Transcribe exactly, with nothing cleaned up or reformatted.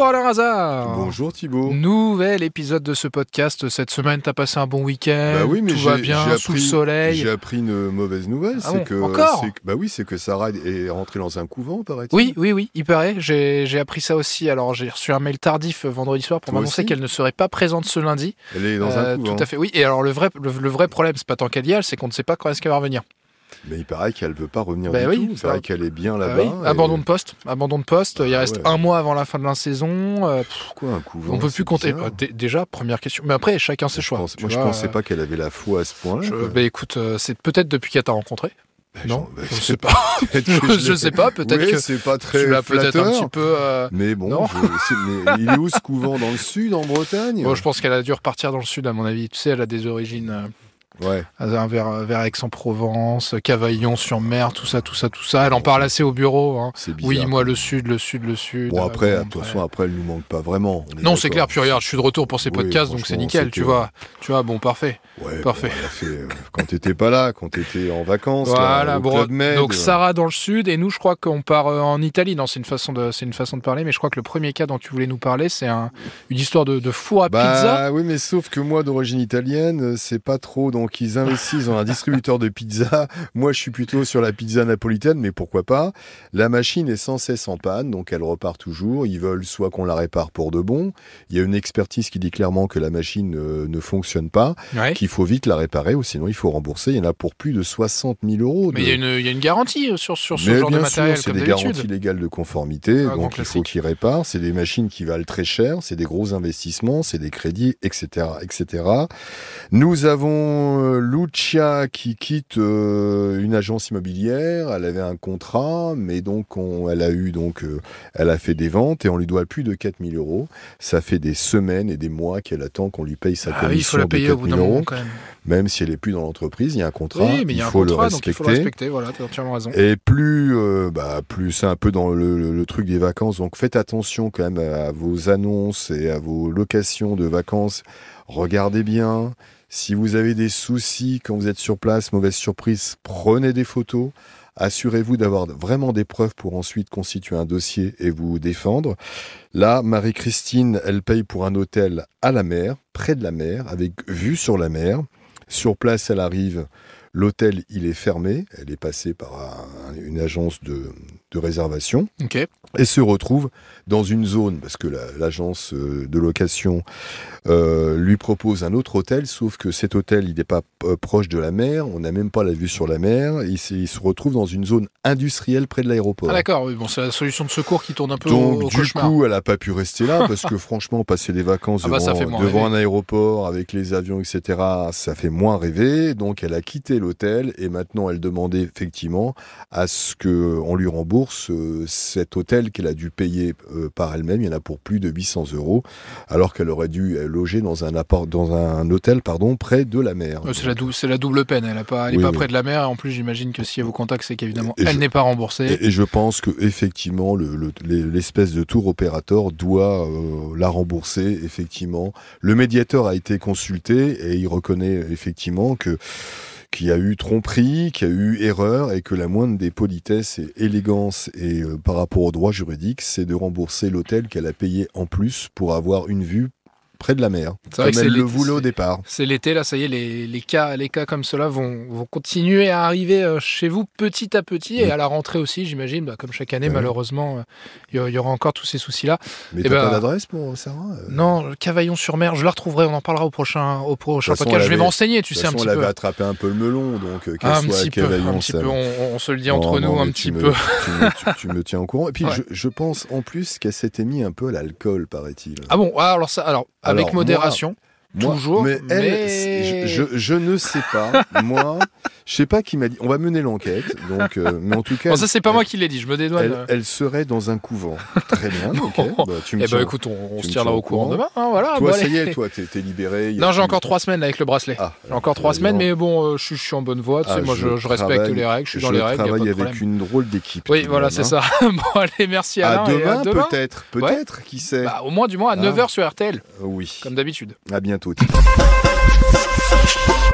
Alain Hazard. Bonjour Thibaut. Nouvel épisode de ce podcast. Cette semaine, t'as passé un bon week-end. Bah oui, mais tout j'ai, va bien, j'ai appris, sous le soleil. J'ai appris une mauvaise nouvelle. Ah c'est bon, que, encore c'est, bah oui, c'est que Sarah est rentrée dans un couvent, paraît-il. Oui, oui, oui, il paraît. J'ai, j'ai appris ça aussi. Alors, j'ai reçu un mail tardif vendredi soir pour Toi m'annoncer aussi qu'elle ne serait pas présente ce lundi. Elle est dans Euh, un couvent. Tout à fait, oui. Et alors, le vrai, le, le vrai problème, c'est pas tant qu'elle y est, c'est qu'on ne sait pas quand est-ce qu'elle va revenir. Mais il paraît qu'elle ne veut pas revenir Bah du oui, tout. Il ça- paraît qu'elle est bien Ah là-bas. oui, et- abandon de poste. Abandon de poste. Il Ah reste ouais. un mois avant la fin de la saison. Euh, pff, Pourquoi un couvent on peut c'est plus compter. bizarre. Euh, d- déjà, première question. Mais après, chacun ses Je choix. pense- tu moi, je vois, pensais euh, pas qu'elle avait la foi à ce point-là. je- quoi. bah écoute, euh, c'est peut-être depuis qu'elle t'a rencontré. Bah, Non, genre, bah, je c'est- sais pas. peut-être que je l'ai- sais pas. Peut-être Oui, que c'est pas très tu l'as peut-être un flatteur. petit peu. euh, Mais bon, Non. je- c'est- mais il est où ce couvent? Dans le sud, en Bretagne? Bon, je pense qu'elle a dû repartir dans le sud, à mon avis. Tu sais, elle a des origines euh, Ouais. vers, vers Aix-en-Provence, Cavaillon-sur-Mer, tout ça, tout ça, tout ça. Elle en parle assez au bureau. Hein. C'est bizarre. Oui, moi, le sud, le sud, le sud. Bon, euh, après, bon, de toute ouais. façon, après, elle nous manque pas vraiment. on est Non, c'est d'accord. clair. Puis regarde, je suis de retour pour ces Oui, podcasts, donc c'est franchement, nickel, tu c'était- vois. Tu vois, bon, parfait. Ouais, Parfait. bon, elle a fait, euh, quand t'étais pas là, quand t'étais en vacances, Voilà, là, au bon, Club Med. donc Sarah dans le sud, et nous, je crois qu'on part euh, en Italie. Non, c'est une façon de, c'est une façon de parler, mais je crois que le premier cas dont tu voulais nous parler, c'est un, une histoire de, de four à Bah pizza. oui, mais sauf que moi, d'origine italienne, euh, c'est pas trop. Donc ils investissent dans un distributeur de pizza. Moi, je suis plutôt sur la pizza napolitaine, mais pourquoi pas. La machine est sans cesse en panne, donc elle repart toujours. Ils veulent soit qu'on la répare pour de bon. Il y a une expertise qui dit clairement que la machine euh, ne fonctionne pas, Ouais. qu'il faut vite la réparer, ou sinon il faut rembourser. Il y en a pour plus de soixante mille euros. Mais de- il y, a une- il y a une garantie sur, sur ce Mais genre de bien matériel, sûr, c'est comme des d'habitude. garanties légales de conformité, Ah, grand donc il faut classique. qu'ils réparent. C'est des machines qui valent très cher, c'est des gros investissements, c'est des crédits, et cetera, et cetera. Nous avons euh, Lucia qui quitte euh, une agence immobilière. Elle avait un contrat, mais donc on- elle a eu donc euh, elle a fait des ventes et on lui doit plus de quatre mille euros. Ça fait des semaines et des mois qu'elle attend qu'on lui paye sa Ah oui, il faut commission la de payer au bout quatre d'un mille moment euros. quand même. Même si elle est plus dans l'entreprise, il y a un contrat, Oui, mais il y a un faut contrat, le donc il faut respecter. le respecter. Voilà, tu as entièrement raison. Et plus, euh, bah, plus c'est un peu dans le, le- le truc des vacances. Donc faites attention quand même à, vos annonces et à vos locations de vacances. Regardez bien. Si vous avez des soucis quand vous êtes sur place, mauvaise surprise, prenez des photos. Assurez-vous d'avoir vraiment des preuves pour ensuite constituer un dossier et vous défendre. Là, Marie-Christine, elle paye pour un hôtel à la mer, près de la mer, avec vue sur la mer. Sur place, elle arrive. L'hôtel, il est fermé. Elle est passée par un- une agence de, de réservation Ok. et se retrouve dans une zone, parce que la- l'agence euh, de location euh, lui propose un autre hôtel, sauf que cet hôtel, il n'est pas euh, proche de la mer, on n'a même pas la vue sur la mer, il, s'est- il se retrouve dans une zone industrielle près de l'aéroport. Ah d'accord, oui, bon, c'est la solution de secours qui tourne un peu Donc au, au du cauchemar. coup, elle n'a pas pu rester là, parce que franchement, passer des vacances Ah bah, ça devant, fait moins devant rêver. un aéroport, avec les avions, et cetera, ça fait moins rêver. Donc elle a quitté l'hôtel, et maintenant elle demandait effectivement à ce qu'on lui rembourse euh, cet hôtel qu'elle a dû payer euh, par elle-même. Il y en a pour plus de huit cents euros, alors qu'elle aurait dû euh, loger dans un, appart, dans un hôtel pardon, près de la mer. Ouais, c'est, la dou- c'est la double peine, elle n'est pas, elle est Oui, pas oui. près de la mer, et en plus j'imagine que si elle vous contacte, c'est qu'évidemment Et elle je- n'est pas remboursée. Et, et je pense que effectivement, le, le- les- l'espèce de tour opérateur doit euh, la rembourser. Effectivement, le médiateur a été consulté et il reconnaît effectivement que qu'il y a eu tromperie, qu'il y a eu erreur et que la moindre des politesses et élégances et euh, par rapport au droit juridique, c'est de rembourser l'hôtel qu'elle a payé en plus pour avoir une vue près de la mer, C'est vrai comme que elle c'est le l'été, voulait au c'est- départ. C'est l'été, là, ça y est, les, les, cas, les cas comme cela vont, vont continuer à arriver euh, chez vous petit à petit, et Oui. à la rentrée aussi, j'imagine, bah, comme chaque année, Ouais. malheureusement, il euh, y, y aura encore tous ces soucis-là. Mais Eh t'as ben, pas d'adresse pour Sarah euh Non, Cavaillon-sur-Mer, je la retrouverai, on en parlera au prochain, au prochain De toute façon, podcast. Je elle vais avait- m'enseigner, tu De sais, toute un façon, petit elle peu. avait attrapé un peu le melon, donc euh, qu'elle Un soit petit à peu, Cavaillon, un petit ça- peu, on, on se le dit entre Non, nous, non, un mais petit tu me- peu. Tu me, tu- tu me tiens au courant. Et puis, Ouais. je, je pense en plus qu'elle s'était mis un peu à l'alcool, paraît-il. Ah bon, ah, alors ça, alors, avec Alors, modération. Moi, toujours, mais elle, mais- c'est- je, je, je ne sais pas. Moi, je sais pas qui m'a dit. On va mener l'enquête. Donc, euh, mais en tout cas, Bon, ça, c'est pas elle, moi qui l'ai dit, je me dédouane. elle, euh. elle serait dans un couvent. Très bien. Ok. Bon. Bah, tu me Eh tiens- ben écoute, on, on tu se me tiendra tiens au au courant courant. demain. Hein, voilà, Toi, bon, ça allez. y est, toi, t'es, t'es libéré. il y a Non, j'ai plus- encore trois semaines là, avec le bracelet. Ah, J'ai encore trois vas-y, semaines, non. mais bon, euh, je, suis- je suis en bonne voie. Tu Ah, sais, moi, je, je respecte travaille- les règles, je suis dans je les règles, y a pas travaille de avec problème. une drôle d'équipe. Oui, tout de voilà, même, c'est hein. ça. Bon, allez, merci Alain. À et demain, à demain. peut-être. Peut-être, qui sait. Bah, au moins, du moins, à Ah. neuf heures sur R T L, Oui. comme d'habitude. À bientôt.